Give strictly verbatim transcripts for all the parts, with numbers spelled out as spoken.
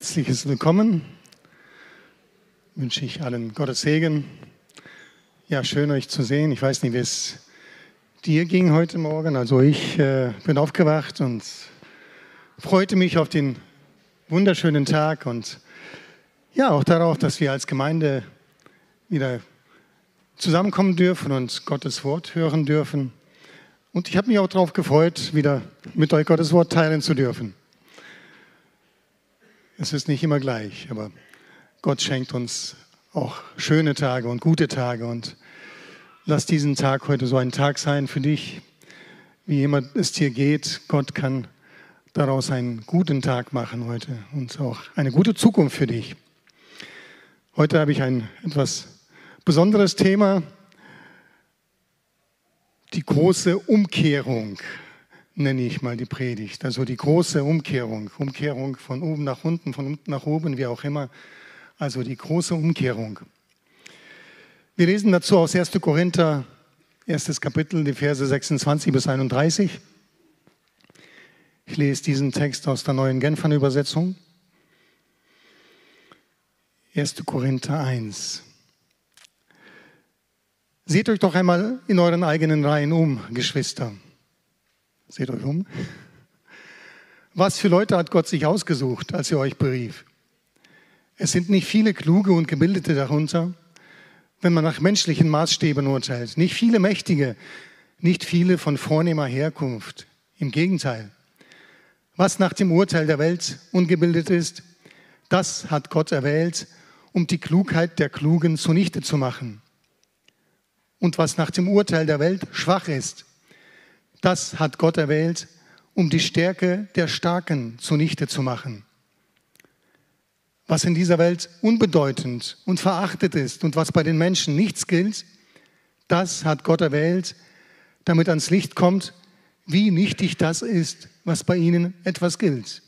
herzliches Willkommen. Wünsche ich allen Gottes Segen. Ja, schön euch zu sehen. Ich weiß nicht, wie es dir ging heute Morgen. Also ich äh, bin aufgewacht und freute mich auf den wunderschönen Tag und ja, auch darauf, dass wir als Gemeinde wieder zusammenkommen dürfen und Gottes Wort hören dürfen. Und ich habe mich auch darauf gefreut, wieder mit euch Gottes Wort teilen zu dürfen. Es ist nicht immer gleich, aber Gott schenkt uns auch schöne Tage und gute Tage. Und lass diesen Tag heute so ein Tag sein für dich, wie immer es dir geht. Gott kann daraus einen guten Tag machen heute und auch eine gute Zukunft für dich. Heute habe ich ein etwas besonderes Thema, die große Umkehrung. Nenne ich mal die Predigt. Also die große Umkehrung. Umkehrung von oben nach unten, von unten nach oben, wie auch immer. Also die große Umkehrung. Wir lesen dazu aus erster Korinther, erstes Kapitel, die Verse sechsundzwanzig bis einunddreißig. Ich lese diesen Text aus der neuen Genfer Übersetzung. erster Korinther eins. Seht euch doch einmal in euren eigenen Reihen um, Geschwister. Seht euch um. Was für Leute hat Gott sich ausgesucht, als er euch berief? Es sind nicht viele Kluge und Gebildete darunter, wenn man nach menschlichen Maßstäben urteilt. Nicht viele Mächtige, nicht viele von vornehmer Herkunft. Im Gegenteil. Was nach dem Urteil der Welt ungebildet ist, das hat Gott erwählt, um die Klugheit der Klugen zunichte zu machen. Und was nach dem Urteil der Welt schwach ist, das hat Gott erwählt, um die Stärke der Starken zunichte zu machen. Was in dieser Welt unbedeutend und verachtet ist und was bei den Menschen nichts gilt, das hat Gott erwählt, damit ans Licht kommt, wie nichtig das ist, was bei ihnen etwas gilt.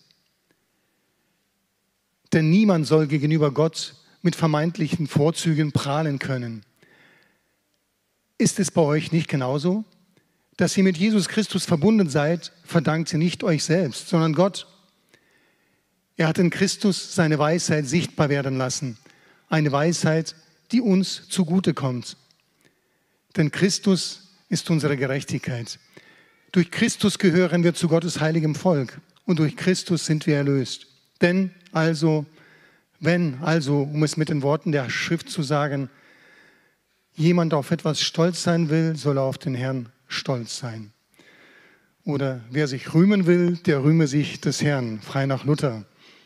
Denn niemand soll gegenüber Gott mit vermeintlichen Vorzügen prahlen können. Ist es bei euch nicht genauso? Dass ihr mit Jesus Christus verbunden seid, verdankt ihr nicht euch selbst, sondern Gott. Er hat in Christus seine Weisheit sichtbar werden lassen. Eine Weisheit, die uns zugutekommt. Denn Christus ist unsere Gerechtigkeit. Durch Christus gehören wir zu Gottes heiligem Volk und durch Christus sind wir erlöst. Denn also, wenn also, um es mit den Worten der Schrift zu sagen, jemand auf etwas stolz sein will, soll er auf den Herrn stolz sein. Oder wer sich rühmen will, der rühme sich des Herrn, frei nach Luther.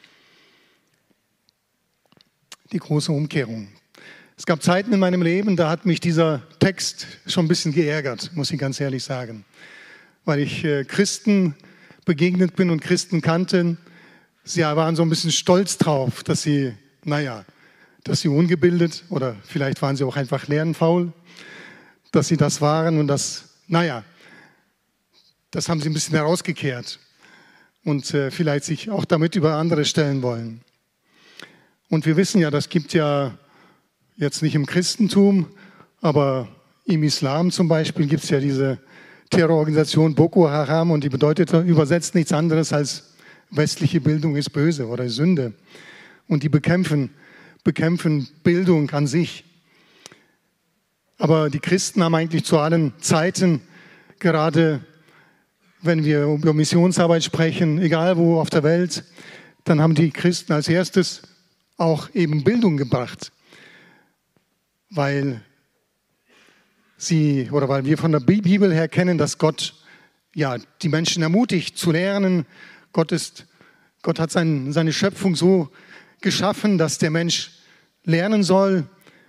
Die große Umkehrung. Es gab Zeiten in meinem Leben, da hat mich dieser Text schon ein bisschen geärgert, muss ich ganz ehrlich sagen. Weil ich äh, Christen begegnet bin und Christen kannte. Sie waren so ein bisschen stolz drauf, dass sie, naja, dass sie ungebildet oder vielleicht waren sie auch einfach lernfaul, dass sie das waren und das, naja, das haben sie ein bisschen herausgekehrt und äh, vielleicht sich auch damit über andere stellen wollen. Und wir wissen ja, das gibt ja jetzt nicht im Christentum, aber im Islam zum Beispiel gibt es ja diese Terrororganisation Boko Haram und die bedeutet übersetzt nichts anderes als westliche Bildung ist böse oder Sünde. Und die bekämpfen, bekämpfen Bildung an sich. Aber die Christen haben eigentlich zu allen Zeiten, gerade wenn wir über Missionsarbeit sprechen, egal wo auf der Welt, dann haben die Christen als erstes auch eben Bildung gebracht. Weil sie, oder weil wir von der Bibel her kennen, dass Gott ja, die Menschen ermutigt zu lernen. Gott, ist, Gott hat sein, seine Schöpfung so geschaffen, dass der Mensch lernen soll,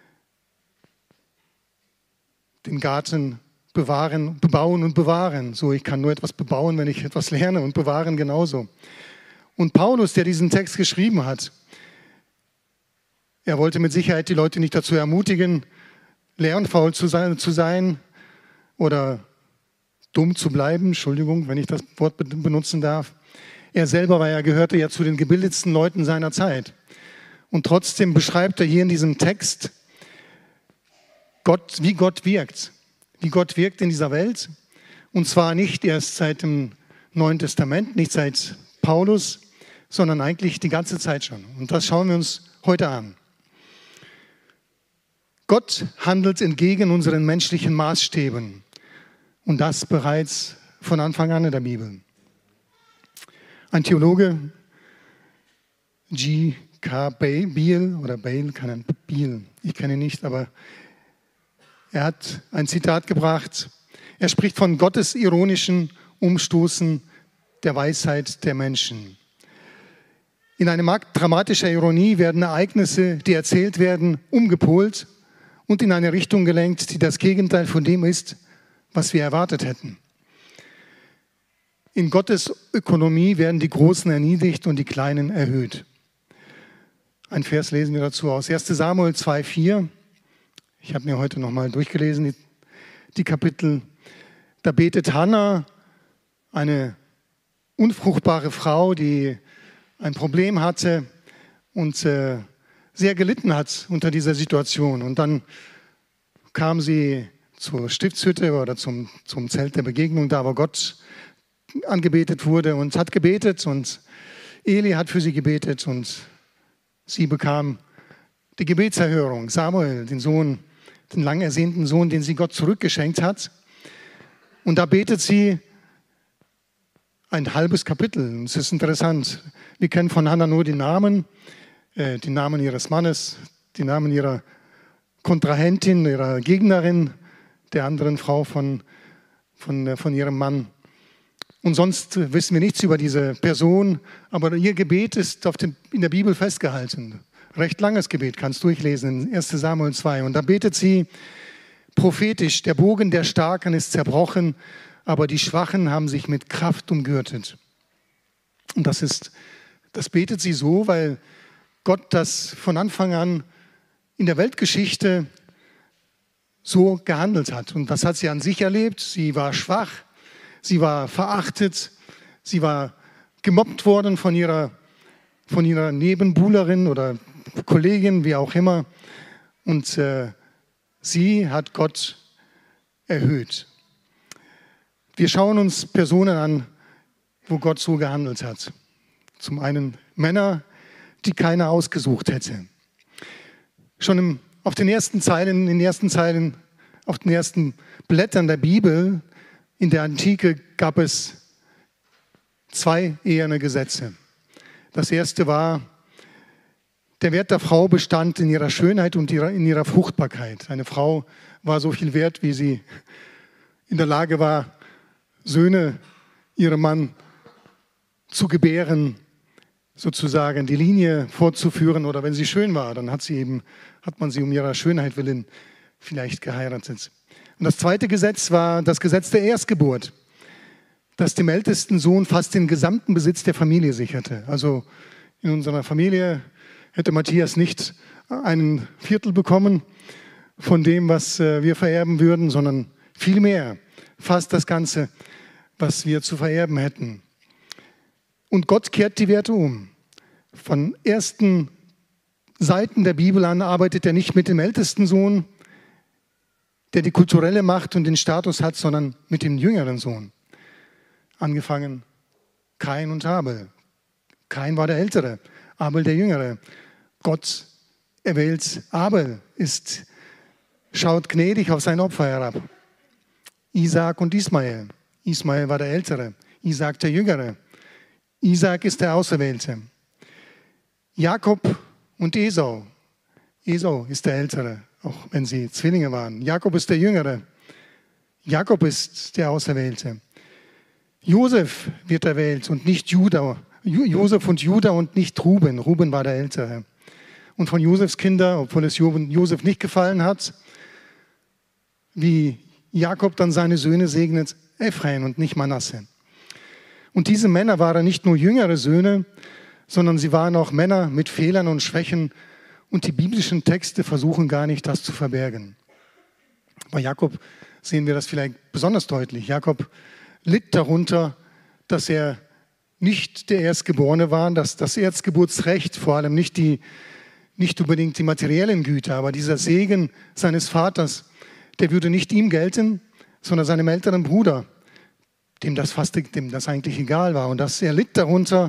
den Garten bewahren, bebauen und bewahren. So, ich kann nur etwas bebauen, wenn ich etwas lerne und bewahren genauso. Und Paulus, der diesen Text geschrieben hat, er wollte mit Sicherheit die Leute nicht dazu ermutigen, lernfaul zu sein, zu sein oder dumm zu bleiben. Entschuldigung, wenn ich das Wort benutzen darf. Er selber war ja, gehörte ja zu den gebildetsten Leuten seiner Zeit. Und trotzdem beschreibt er hier in diesem Text, Gott, wie Gott wirkt. Wie Gott wirkt in dieser Welt. Und zwar nicht erst seit dem Neuen Testament, nicht seit Paulus, sondern eigentlich die ganze Zeit schon. Und das schauen wir uns heute an. Gott handelt entgegen unseren menschlichen Maßstäben. Und das bereits von Anfang an in der Bibel. Ein Theologe, G. K. Beale, oder Beale, kann er, Beale, ich kenne ihn nicht, aber er hat ein Zitat gebracht. Er spricht von Gottes ironischen Umstoßen der Weisheit der Menschen. In einem Akt dramatischer Ironie werden Ereignisse, die erzählt werden, umgepolt und in eine Richtung gelenkt, die das Gegenteil von dem ist, was wir erwartet hätten. In Gottes Ökonomie werden die Großen erniedrigt und die Kleinen erhöht. Ein Vers lesen wir dazu aus erster Samuel zwei, vier. Ich habe mir heute nochmal durchgelesen, die, die Kapitel. Da betet Hannah, eine unfruchtbare Frau, die ein Problem hatte und äh, sehr gelitten hat unter dieser Situation. Und dann kam sie zur Stiftshütte oder zum, zum Zelt der Begegnung, da wo Gott angebetet wurde, und hat gebetet, und Eli hat für sie gebetet und sie bekam die Gebetserhörung. Samuel, den Sohn, den lang ersehnten Sohn, den sie Gott zurückgeschenkt hat. Und da betet sie ein halbes Kapitel. Es ist interessant. Wir kennen von Hannah nur die Namen, äh, die Namen ihres Mannes, die Namen ihrer Kontrahentin, ihrer Gegnerin, der anderen Frau von, von, von ihrem Mann. Und sonst wissen wir nichts über diese Person, aber ihr Gebet ist auf dem, in der Bibel festgehalten. Recht langes Gebet, kannst du durchlesen in erster Samuel zwei. Und da betet sie prophetisch: Der Bogen der Starken ist zerbrochen, aber die Schwachen haben sich mit Kraft umgürtet. Und das ist, das betet sie so, weil Gott das von Anfang an in der Weltgeschichte so gehandelt hat. Und das hat sie an sich erlebt. Sie war schwach, sie war verachtet, sie war gemobbt worden von ihrer, von ihrer Nebenbuhlerin oder Kollegin, wie auch immer. Und äh, sie hat Gott erhöht. Wir schauen uns Personen an, wo Gott so gehandelt hat. Zum einen Männer, die keiner ausgesucht hätte. Schon im, auf den ersten Zeilen, in den ersten Zeilen, auf den ersten Blättern der Bibel in der Antike gab es zwei eherne Gesetze. Das erste war, der Wert der Frau bestand in ihrer Schönheit und ihrer, in ihrer Fruchtbarkeit. Eine Frau war so viel wert, wie sie in der Lage war, Söhne ihrem Mann zu gebären, sozusagen die Linie fortzuführen, oder wenn sie schön war, dann hat, sie eben, hat man sie um ihrer Schönheit willen vielleicht geheiratet. Und das zweite Gesetz war das Gesetz der Erstgeburt, das dem ältesten Sohn fast den gesamten Besitz der Familie sicherte. Also in unserer Familie hätte Matthias nicht ein Viertel bekommen von dem, was wir vererben würden, sondern viel mehr, fast das Ganze, was wir zu vererben hätten. Und Gott kehrt die Werte um. Von ersten Seiten der Bibel an arbeitet er nicht mit dem ältesten Sohn, der die kulturelle Macht und den Status hat, sondern mit dem jüngeren Sohn. Angefangen Kain und Abel. Kain war der Ältere, Abel der Jüngere. Gott erwählt Abel, ist, schaut gnädig auf sein Opfer herab. Isaak und Ismael. Ismael war der Ältere, Isaak der Jüngere. Isaak ist der Auserwählte. Jakob und Esau. Esau ist der Ältere, auch wenn sie Zwillinge waren. Jakob ist der Jüngere. Jakob ist der Auserwählte. Josef wird erwählt und nicht Juda. Josef und Juda und nicht Ruben. Ruben war der Ältere. Und von Josefs Kinder, obwohl es Josef nicht gefallen hat, wie Jakob dann seine Söhne segnet, Ephraim und nicht Manasse. Und diese Männer waren nicht nur jüngere Söhne, sondern sie waren auch Männer mit Fehlern und Schwächen. Und die biblischen Texte versuchen gar nicht, das zu verbergen. Bei Jakob sehen wir das vielleicht besonders deutlich. Jakob litt darunter, dass er nicht der Erstgeborene war, dass das Erstgeburtsrecht, vor allem nicht, die, nicht unbedingt die materiellen Güter, aber dieser Segen seines Vaters, der würde nicht ihm gelten, sondern seinem älteren Bruder, dem das fast dem das eigentlich egal war. Und dass er litt darunter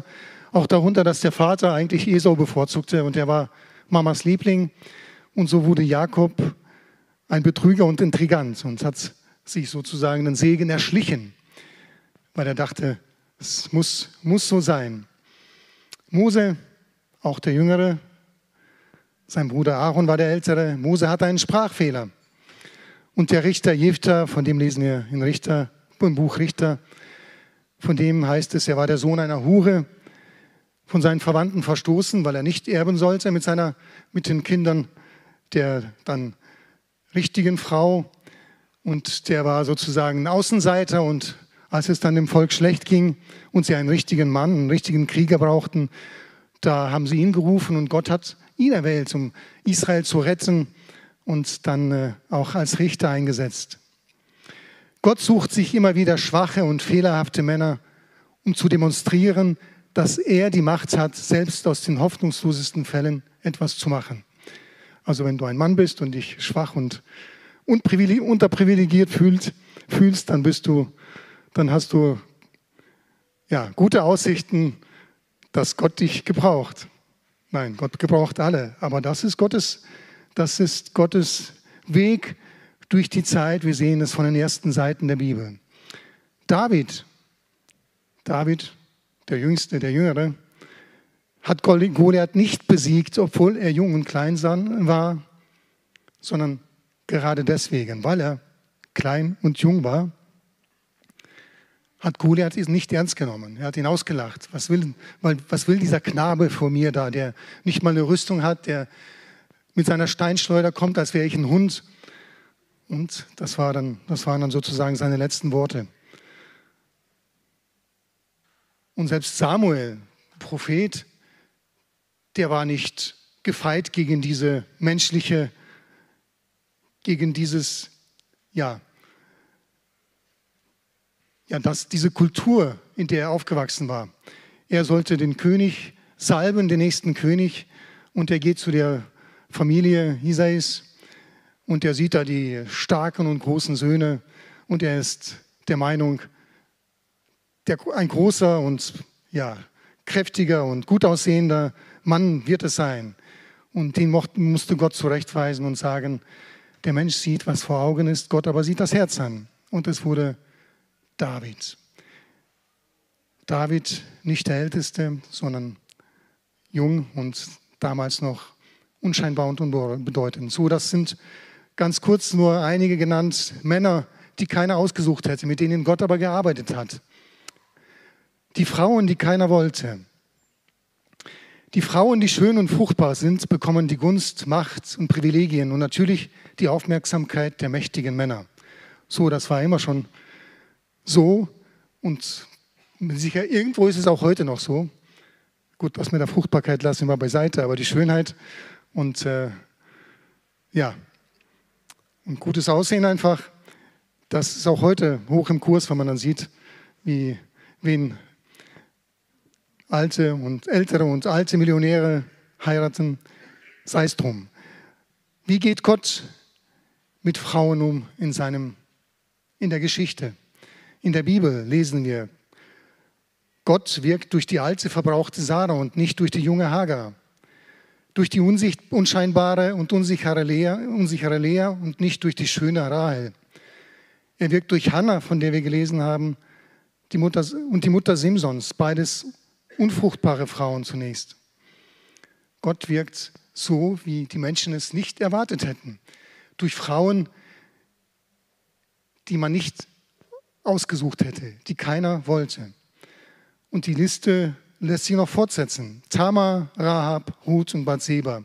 Auch darunter, dass der Vater eigentlich Esau bevorzugte und er war Mamas Liebling. Und so wurde Jakob ein Betrüger und Intrigant und hat sich sozusagen den Segen erschlichen, weil er dachte, es muss, muss so sein. Mose, auch der Jüngere, sein Bruder Aaron war der Ältere. Mose hatte einen Sprachfehler. Und der Richter Jephthah, von dem lesen wir in Richter, im Buch Richter, von dem heißt es, er war der Sohn einer Hure, von seinen Verwandten verstoßen, weil er nicht erben sollte mit, seiner, mit den Kindern der dann richtigen Frau. Und der war sozusagen ein Außenseiter. Und als es dann dem Volk schlecht ging und sie einen richtigen Mann, einen richtigen Krieger brauchten, da haben sie ihn gerufen und Gott hat ihn erwählt, um Israel zu retten und dann äh, auch als Richter eingesetzt. Gott sucht sich immer wieder schwache und fehlerhafte Männer, um zu demonstrieren, dass er die Macht hat, selbst aus den hoffnungslosesten Fällen etwas zu machen. Also wenn du ein Mann bist und dich schwach und unterprivilegiert fühlst, fühlst dann bist du, dann hast du ja, gute Aussichten, dass Gott dich gebraucht. Nein, Gott gebraucht alle, aber das ist Gottes, das ist Gottes Weg durch die Zeit. Wir sehen es von den ersten Seiten der Bibel. David, David, der Jüngste, der Jüngere, hat Goliath nicht besiegt, obwohl er jung und klein war, sondern gerade deswegen, weil er klein und jung war, hat Goliath ihn nicht ernst genommen. Er hat ihn ausgelacht. Was will, was will dieser Knabe vor mir da, der nicht mal eine Rüstung hat, der mit seiner Steinschleuder kommt, als wäre ich ein Hund. Und das, war dann, das waren dann sozusagen seine letzten Worte. Und selbst Samuel, Prophet, der war nicht gefeit gegen diese menschliche, gegen dieses, ja, ja, das, diese Kultur, in der er aufgewachsen war. Er sollte den König salben, den nächsten König, und er geht zu der Familie Isais und er sieht da die starken und großen Söhne und er ist der Meinung, der, ein großer und ja, kräftiger und gut aussehender Mann wird es sein. Und den musste Gott zurechtweisen und sagen, der Mensch sieht, was vor Augen ist, Gott aber sieht das Herz an. Und es wurde David. David, nicht der Älteste, sondern jung und damals noch unscheinbar und unbedeutend. So, das sind ganz kurz nur einige genannt Männer, die keiner ausgesucht hätte, mit denen Gott aber gearbeitet hat. Die Frauen, die keiner wollte. Die Frauen, die schön und fruchtbar sind, bekommen die Gunst, Macht und Privilegien und natürlich die Aufmerksamkeit der mächtigen Männer. So, das war immer schon so und sicher irgendwo ist es auch heute noch so. Gut, das mit der Fruchtbarkeit lassen wir beiseite, aber die Schönheit und äh, ja, ein gutes Aussehen einfach, das ist auch heute hoch im Kurs, wenn man dann sieht, wie wen alte und ältere und alte Millionäre heiraten, sei es drum. Wie geht Gott mit Frauen um in seinem, in der Geschichte? In der Bibel lesen wir, Gott wirkt durch die alte, verbrauchte Sarah und nicht durch die junge Hagar. Durch die unsicht, unscheinbare und unsichere Lea, unsichere Lea und nicht durch die schöne Rahel. Er wirkt durch Hannah, von der wir gelesen haben, die Mutter, und die Mutter Simsons, beides unfruchtbare Frauen zunächst. Gott wirkt so, wie die Menschen es nicht erwartet hätten. Durch Frauen, die man nicht ausgesucht hätte, die keiner wollte. Und die Liste lässt sich noch fortsetzen. Tamar, Rahab, Ruth und Bathseba.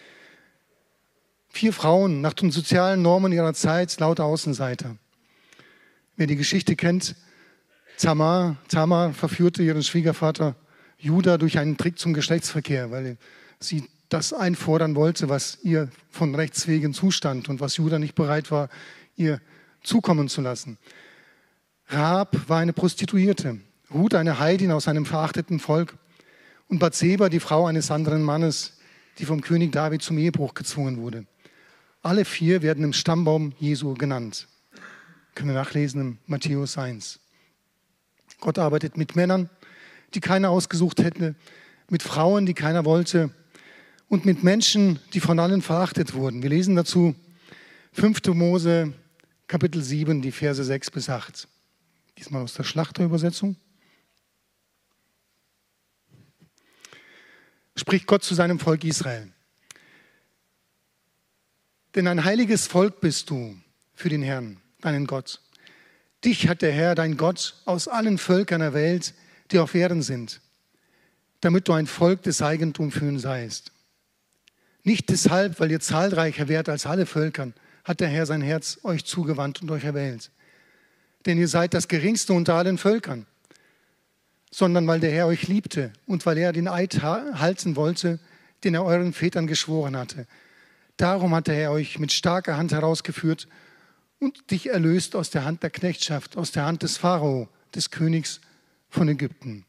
Vier Frauen nach den sozialen Normen ihrer Zeit, lauter Außenseiter. Wer die Geschichte kennt, Tamar, Tamar verführte ihren Schwiegervater Juda durch einen Trick zum Geschlechtsverkehr, weil sie das einfordern wollte, was ihr von Rechts wegen zustand und was Juda nicht bereit war, ihr zukommen zu lassen. Rahab war eine Prostituierte, Ruth eine Heidin aus einem verachteten Volk und Bathseba die Frau eines anderen Mannes, die vom König David zum Ehebruch gezwungen wurde. Alle vier werden im Stammbaum Jesu genannt. Können wir nachlesen in Matthäus eins. Gott arbeitet mit Männern, die keiner ausgesucht hätte, mit Frauen, die keiner wollte und mit Menschen, die von allen verachtet wurden. Wir lesen dazu fünfte Mose, Kapitel sieben, die Verse sechs bis acht. Diesmal aus der Schlachterübersetzung. Spricht Gott zu seinem Volk Israel. Denn ein heiliges Volk bist du für den Herrn, deinen Gott. Dich hat der Herr, dein Gott, aus allen Völkern erwählt, die auf Erden sind, damit du ein Volk des Eigentums für ihn seist. Nicht deshalb, weil ihr zahlreicher wärt als alle Völkern, hat der Herr sein Herz euch zugewandt und euch erwählt. Denn ihr seid das Geringste unter allen Völkern, sondern weil der Herr euch liebte und weil er den Eid halten wollte, den er euren Vätern geschworen hatte. Darum hat der Herr euch mit starker Hand herausgeführt und dich erlöst aus der Hand der Knechtschaft, aus der Hand des Pharao, des Königs von Ägypten.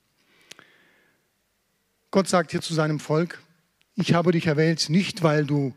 Gott sagt hier zu seinem Volk, ich habe dich erwählt, nicht weil du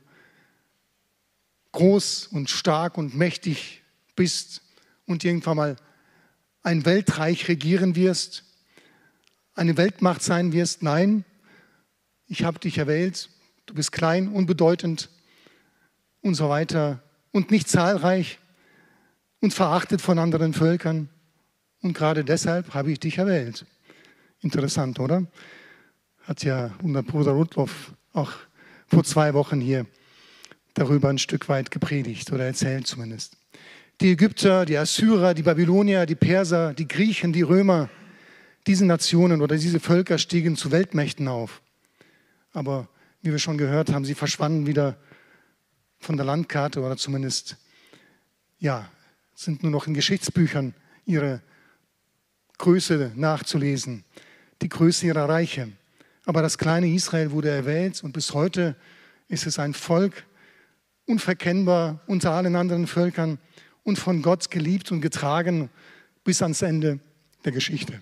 groß und stark und mächtig bist und irgendwann mal ein Weltreich regieren wirst, eine Weltmacht sein wirst. Nein, ich habe dich erwählt, du bist klein, unbedeutend und so weiter und nicht zahlreich und verachtet von anderen Völkern. Und gerade deshalb habe ich dich erwählt. Interessant, oder? Hat ja unser Bruder Rudloff auch vor zwei Wochen hier darüber ein Stück weit gepredigt oder erzählt zumindest. Die Ägypter, die Assyrer, die Babylonier, die Perser, die Griechen, die Römer, diese Nationen oder diese Völker stiegen zu Weltmächten auf. Aber wie wir schon gehört haben, sie verschwanden wieder von der Landkarte oder zumindest, ja, sind nur noch in Geschichtsbüchern ihre Größe nachzulesen, die Größe ihrer Reiche. Aber das kleine Israel wurde erwählt und bis heute ist es ein Volk, unverkennbar unter allen anderen Völkern und von Gott geliebt und getragen bis ans Ende der Geschichte.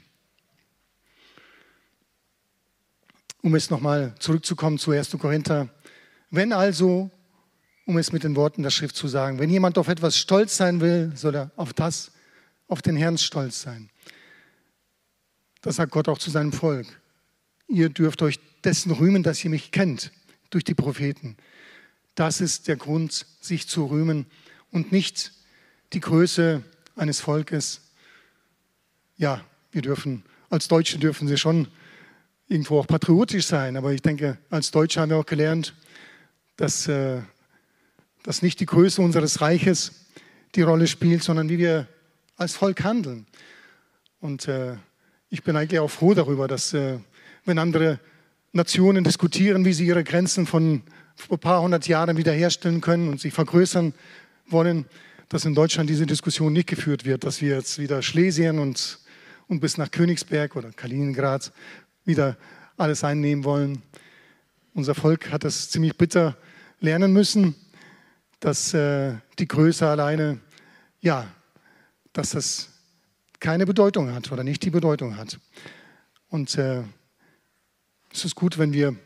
Um es nochmal zurückzukommen zu ersten Korinther. Wenn also, um es mit den Worten der Schrift zu sagen, wenn jemand auf etwas stolz sein will, soll er auf das, auf den Herrn stolz sein. Das sagt Gott auch zu seinem Volk. Ihr dürft euch dessen rühmen, dass ihr mich kennt, durch die Propheten. Das ist der Grund, sich zu rühmen und nicht die Größe eines Volkes. Ja, wir dürfen, als Deutsche dürfen sie schon irgendwo auch patriotisch sein, aber ich denke, als Deutsche haben wir auch gelernt, dass, äh, dass nicht die Größe unseres Reiches die Rolle spielt, sondern wie wir als Volk handeln. Und äh, ich bin eigentlich auch froh darüber, dass äh, wenn andere Nationen diskutieren, wie sie ihre Grenzen von vor ein paar hundert Jahren wiederherstellen können und sich vergrößern wollen, dass in Deutschland diese Diskussion nicht geführt wird, dass wir jetzt wieder Schlesien und, und bis nach Königsberg oder Kaliningrad wieder alles einnehmen wollen. Unser Volk hat das ziemlich bitter lernen müssen, dass äh, die Größe alleine, ja, dass das keine Bedeutung hat oder nicht die Bedeutung hat. Und äh, es ist gut, wenn wir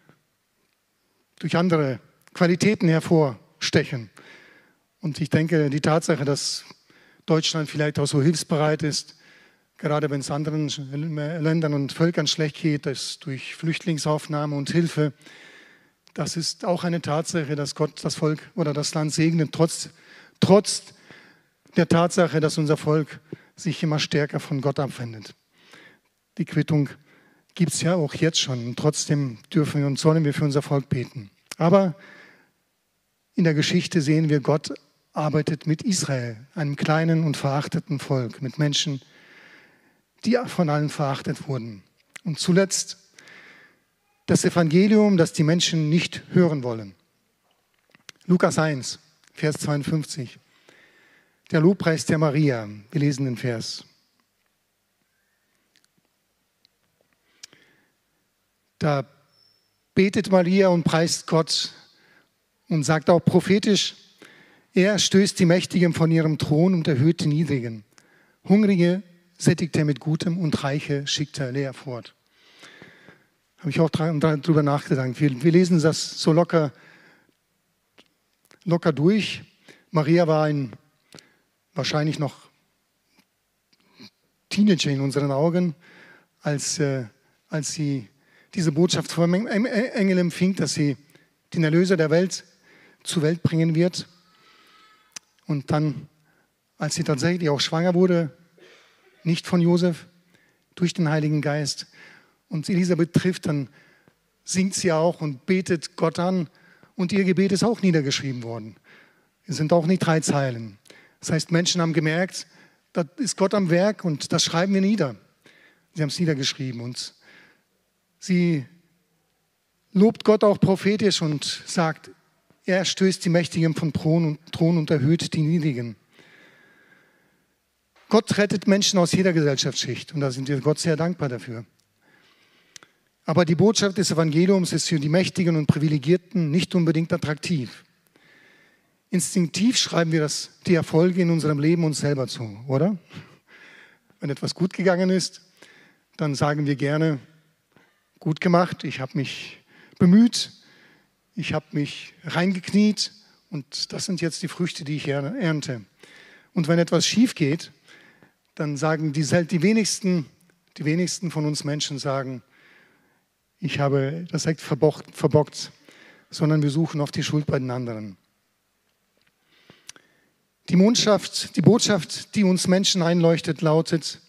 durch andere Qualitäten hervorstechen. Und ich denke, die Tatsache, dass Deutschland vielleicht auch so hilfsbereit ist, gerade wenn es anderen Ländern und Völkern schlecht geht, dass durch Flüchtlingsaufnahme und Hilfe, das ist auch eine Tatsache, dass Gott das Volk oder das Land segnet, trotz, trotz der Tatsache, dass unser Volk sich immer stärker von Gott abwendet. Die Quittung gibt es ja auch jetzt schon und trotzdem dürfen wir und sollen wir für unser Volk beten. Aber in der Geschichte sehen wir, Gott arbeitet mit Israel, einem kleinen und verachteten Volk, mit Menschen, die von allen verachtet wurden. Und zuletzt das Evangelium, das die Menschen nicht hören wollen. Lukas eins, Vers zweiundfünfzig. Der Lobpreis der Maria. Wir lesen den Vers. Da betet Maria und preist Gott und sagt auch prophetisch, er stößt die Mächtigen von ihrem Thron und erhöht die Niedrigen. Hungrige sättigt er mit Gutem und Reiche schickt er leer fort. Habe ich auch darüber nachgedacht. Wir, wir lesen das so locker, locker durch. Maria war ein wahrscheinlich noch Teenager in unseren Augen, als äh, als sie diese Botschaft vom Engel empfing, dass sie den Erlöser der Welt zur Welt bringen wird. Und dann, als sie tatsächlich auch schwanger wurde, nicht von Josef, durch den Heiligen Geist, und Elisabeth trifft, dann singt sie auch und betet Gott an. Und ihr Gebet ist auch niedergeschrieben worden. Es sind auch nicht drei Zeilen. Das heißt, Menschen haben gemerkt, da ist Gott am Werk und das schreiben wir nieder. Sie haben es niedergeschrieben und sie lobt Gott auch prophetisch und sagt, er stößt die Mächtigen vom Thron und, Thron und erhöht die Niedrigen. Gott rettet Menschen aus jeder Gesellschaftsschicht und da sind wir Gott sehr dankbar dafür. Aber die Botschaft des Evangeliums ist für die Mächtigen und Privilegierten nicht unbedingt attraktiv. Instinktiv schreiben wir das, die Erfolge in unserem Leben uns selber zu, oder? Wenn etwas gut gegangen ist, dann sagen wir gerne, gut gemacht, ich habe mich bemüht, ich habe mich reingekniet und das sind jetzt die Früchte, die ich ernte. Und wenn etwas schief geht, dann sagen die, die, wenigsten, die wenigsten von uns Menschen sagen, ich habe das echt verbockt, verbockt, sondern wir suchen oft die Schuld bei den anderen. Die Botschaft, die Botschaft, die uns Menschen einleuchtet, lautet,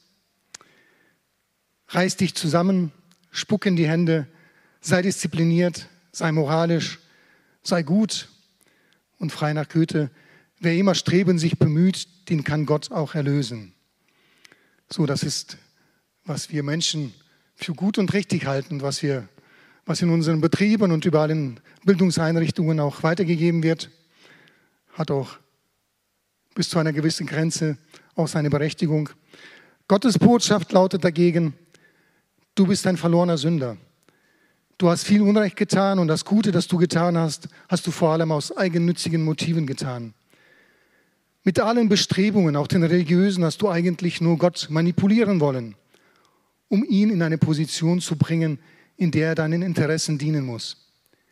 reiß dich zusammen, spuck in die Hände, sei diszipliniert, sei moralisch, sei gut und frei nach Goethe. Wer immer streben sich bemüht, den kann Gott auch erlösen. So, das ist, was wir Menschen für gut und richtig halten, was wir, was in unseren Betrieben und überall in Bildungseinrichtungen auch weitergegeben wird, hat auch bis zu einer gewissen Grenze auch seine Berechtigung. Gottes Botschaft lautet dagegen, du bist ein verlorener Sünder. Du hast viel Unrecht getan und das Gute, das du getan hast, hast du vor allem aus eigennützigen Motiven getan. Mit allen Bestrebungen, auch den religiösen, hast du eigentlich nur Gott manipulieren wollen, um ihn in eine Position zu bringen, in der er deinen Interessen dienen muss.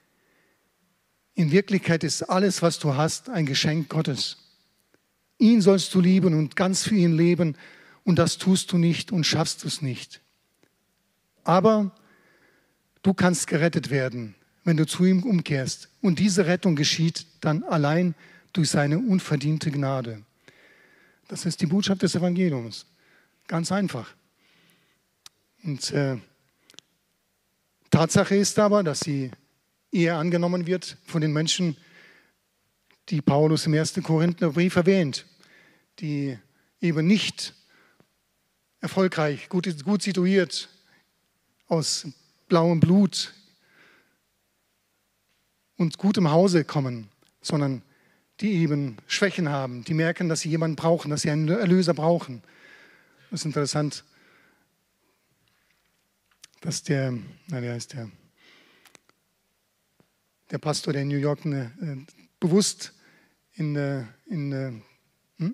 In Wirklichkeit ist alles, was du hast, ein Geschenk Gottes. Ihn sollst du lieben und ganz für ihn leben und das tust du nicht und schaffst es nicht. Aber du kannst gerettet werden, wenn du zu ihm umkehrst. Und diese Rettung geschieht dann allein durch seine unverdiente Gnade. Das ist die Botschaft des Evangeliums. Ganz einfach. Und äh, Tatsache ist aber, dass sie eher angenommen wird von den Menschen, die Paulus im ersten Korintherbrief erwähnt, die eben nicht erfolgreich, gut, gut situiert, aus blauem Blut und gutem Hause kommen, sondern die eben Schwächen haben, die merken, dass sie jemanden brauchen, dass sie einen Erlöser brauchen. Das ist interessant, dass der, na, der heißt der, der Pastor, der in New York eine, äh, bewusst in, äh, in, äh, hm?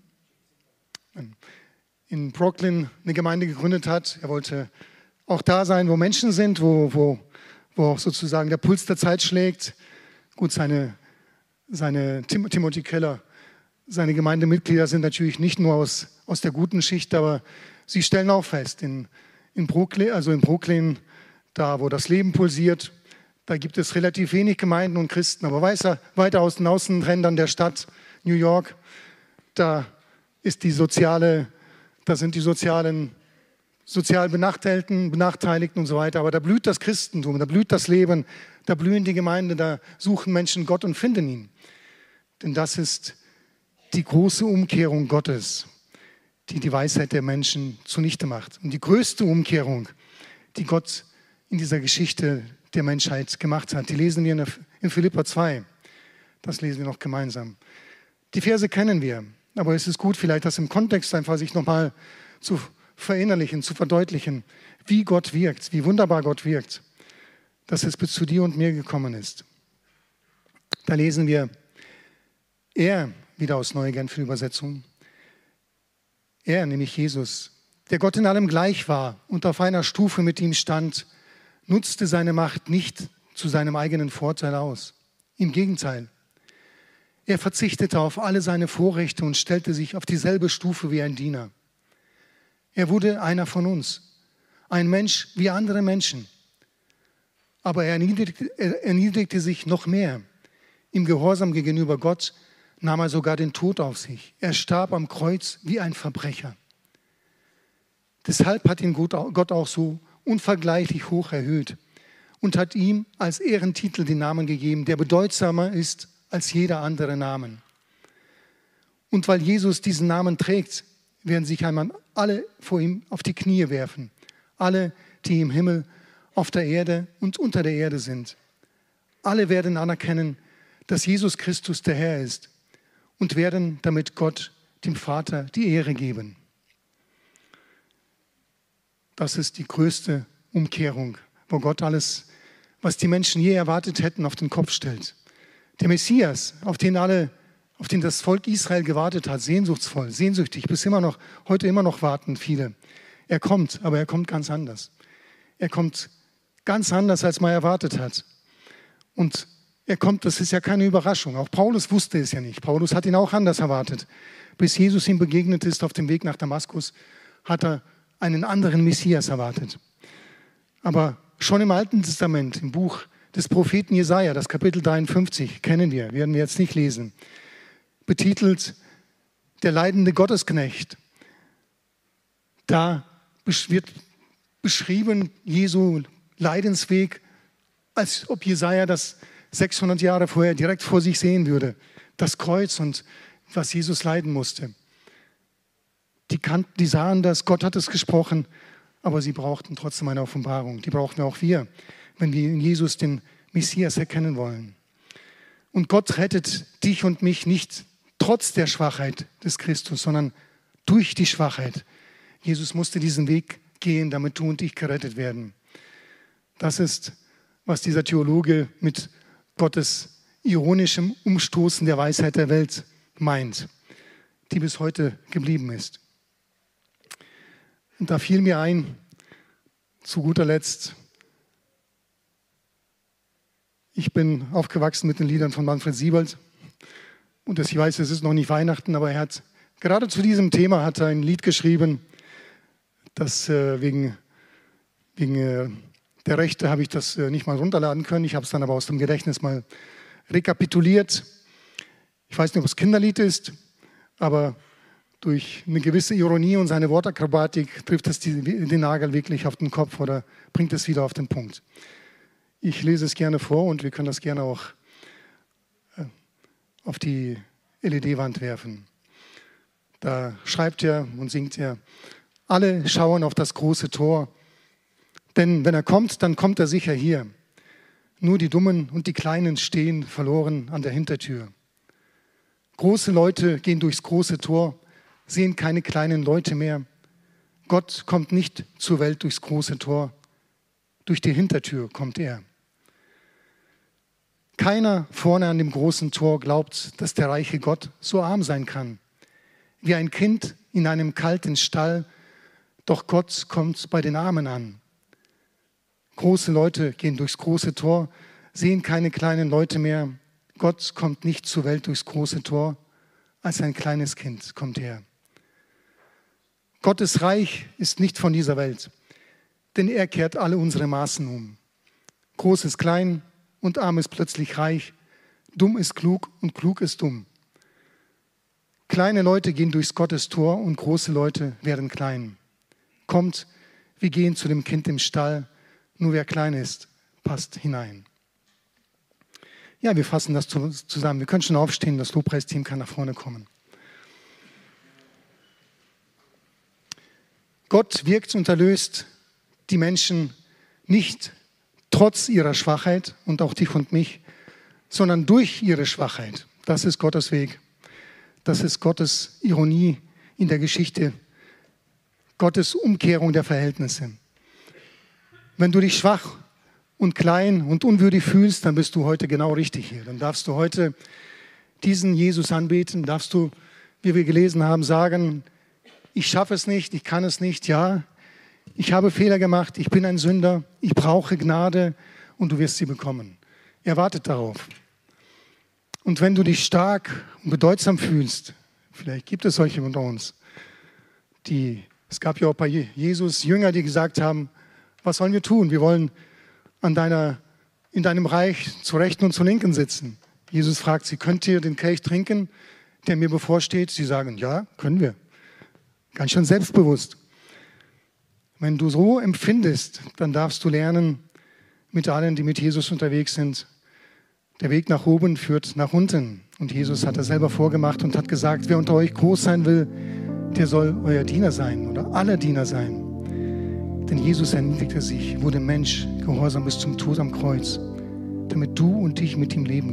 in Brooklyn eine Gemeinde gegründet hat. Er wollte auch da sein, wo Menschen sind, wo, wo, wo auch sozusagen der Puls der Zeit schlägt. Gut, seine, seine Tim, Timothy Keller, seine Gemeindemitglieder sind natürlich nicht nur aus, aus der guten Schicht, aber sie stellen auch fest, in, in Brooklyn, also in Brooklyn, da wo das Leben pulsiert, da gibt es relativ wenig Gemeinden und Christen, aber weiter, weiter aus den Außenrändern der Stadt New York, da ist die soziale, da sind die sozialen, sozial Benachteiligten, Benachteiligten und so weiter, aber da blüht das Christentum, da blüht das Leben, da blühen die Gemeinden, da suchen Menschen Gott und finden ihn. Denn das ist die große Umkehrung Gottes, die die Weisheit der Menschen zunichte macht. Und die größte Umkehrung, die Gott in dieser Geschichte der Menschheit gemacht hat, die lesen wir in Philipper zwei. Das lesen wir noch gemeinsam. Die Verse kennen wir, aber es ist gut, vielleicht das im Kontext einfach sich nochmal zu verinnerlichen, zu verdeutlichen, wie Gott wirkt, wie wunderbar Gott wirkt, dass es bis zu dir und mir gekommen ist. Da lesen wir, er, wieder aus Neue Genfer Übersetzung, er, nämlich Jesus, der Gott in allem gleich war und auf einer Stufe mit ihm stand, nutzte seine Macht nicht zu seinem eigenen Vorteil aus. Im Gegenteil, er verzichtete auf alle seine Vorrechte und stellte sich auf dieselbe Stufe wie ein Diener. Er wurde einer von uns. ein Mensch wie andere Menschen. Aber er erniedrigte, er erniedrigte sich noch mehr. Im Gehorsam gegenüber Gott nahm er sogar den Tod auf sich. Er starb am Kreuz wie ein Verbrecher. Deshalb hat ihn Gott auch so unvergleichlich hoch erhöht und hat ihm als Ehrentitel den Namen gegeben, der bedeutsamer ist als jeder andere Name. Und weil Jesus diesen Namen trägt, werden sich einmal alle vor ihm auf die Knie werfen. Alle, die im Himmel, auf der Erde und unter der Erde sind. Alle werden anerkennen, dass Jesus Christus der Herr ist und werden damit Gott, dem Vater, die Ehre geben. Das ist die größte Umkehrung, wo Gott alles, was die Menschen je erwartet hätten, auf den Kopf stellt. Der Messias, auf den alle, auf den das Volk Israel gewartet hat, sehnsuchtsvoll, sehnsüchtig, bis immer noch, heute immer noch warten viele. Er kommt, aber er kommt ganz anders. Er kommt ganz anders, als man erwartet hat. Und er kommt, das ist ja keine Überraschung. Auch Paulus wusste es ja nicht. Paulus hat ihn auch anders erwartet. Bis Jesus ihm begegnet ist auf dem Weg nach Damaskus, hat er einen anderen Messias erwartet. Aber schon im Alten Testament, im Buch des Propheten Jesaja, das Kapitel dreiundfünfzig, kennen wir, werden wir jetzt nicht lesen, betitelt der leidende Gottesknecht. Da wird beschrieben Jesu Leidensweg, als ob Jesaja das sechshundert Jahre vorher direkt vor sich sehen würde. Das Kreuz und was Jesus leiden musste. Die kannten, die sahen das, Gott hat es gesprochen, aber sie brauchten trotzdem eine Offenbarung. Die brauchen auch wir, wenn wir in Jesus den Messias erkennen wollen. Und Gott rettet dich und mich nicht trotz der Schwachheit des Christus, sondern durch die Schwachheit. Jesus musste diesen Weg gehen, damit du und ich gerettet werden. Das ist, was dieser Theologe mit Gottes ironischem Umstoßen der Weisheit der Welt meint, die bis heute geblieben ist. Und da fiel mir ein, zu guter Letzt, ich bin aufgewachsen mit den Liedern von Manfred Siebald und ich weiß, es ist noch nicht Weihnachten, aber er hat gerade zu diesem Thema hat er ein Lied geschrieben, das äh, wegen, wegen äh, der Rechte habe ich das äh, nicht mal runterladen können. Ich habe es dann aber aus dem Gedächtnis mal rekapituliert. Ich weiß nicht, ob es Kinderlied ist, aber durch eine gewisse Ironie und seine Wortakrobatik trifft es die, den Nagel wirklich auf den Kopf oder bringt es wieder auf den Punkt. Ich lese es gerne vor und wir können das gerne auch äh, auf die L E D-Wand werfen. Da schreibt er und singt er: Alle schauen auf das große Tor, denn wenn er kommt, dann kommt er sicher hier. Nur die Dummen und die Kleinen stehen verloren an der Hintertür. Große Leute gehen durchs große Tor, sehen keine kleinen Leute mehr. Gott kommt nicht zur Welt durchs große Tor, durch die Hintertür kommt er. Keiner vorne an dem großen Tor glaubt, dass der reiche Gott so arm sein kann. Wie ein Kind in einem kalten Stall, doch Gott kommt bei den Armen an. Große Leute gehen durchs große Tor, sehen keine kleinen Leute mehr. Gott kommt nicht zur Welt durchs große Tor, als ein kleines Kind kommt er. Gottes Reich ist nicht von dieser Welt, denn er kehrt alle unsere Maßen um. Groß ist klein und arm ist plötzlich reich, dumm ist klug und klug ist dumm. Kleine Leute gehen durchs Gottes Tor und große Leute werden klein. Kommt, wir gehen zu dem Kind im Stall, nur wer klein ist, passt hinein. Ja, wir fassen das zusammen. Wir können schon aufstehen, das Lobpreisteam kann nach vorne kommen. Gott wirkt und erlöst die Menschen nicht trotz ihrer Schwachheit und auch dich und mich, sondern durch ihre Schwachheit. Das ist Gottes Weg. Das ist Gottes Ironie in der Geschichte, Gottes Umkehrung der Verhältnisse. Wenn du dich schwach und klein und unwürdig fühlst, dann bist du heute genau richtig hier. Dann darfst du heute diesen Jesus anbeten, darfst du, wie wir gelesen haben, sagen: Ich schaffe es nicht, ich kann es nicht, ja, ich habe Fehler gemacht, ich bin ein Sünder, ich brauche Gnade und du wirst sie bekommen. Er wartet darauf. Und wenn du dich stark und bedeutsam fühlst, vielleicht gibt es solche unter uns, die, es gab ja auch bei Jesus Jünger, die gesagt haben: Was sollen wir tun? Wir wollen an deiner, in deinem Reich zur Rechten und zur Linken sitzen. Jesus fragt sie, könnt ihr den Kelch trinken, der mir bevorsteht? Sie sagen, ja, können wir. Ganz schön selbstbewusst. Wenn du so empfindest, dann darfst du lernen, mit allen, die mit Jesus unterwegs sind, der Weg nach oben führt nach unten. Und Jesus hat das selber vorgemacht und hat gesagt, wer unter euch groß sein will, der soll euer Diener sein oder aller Diener sein. Denn Jesus erniedrigte sich, wurde Mensch, gehorsam bis zum Tod am Kreuz, damit du und ich mit ihm leben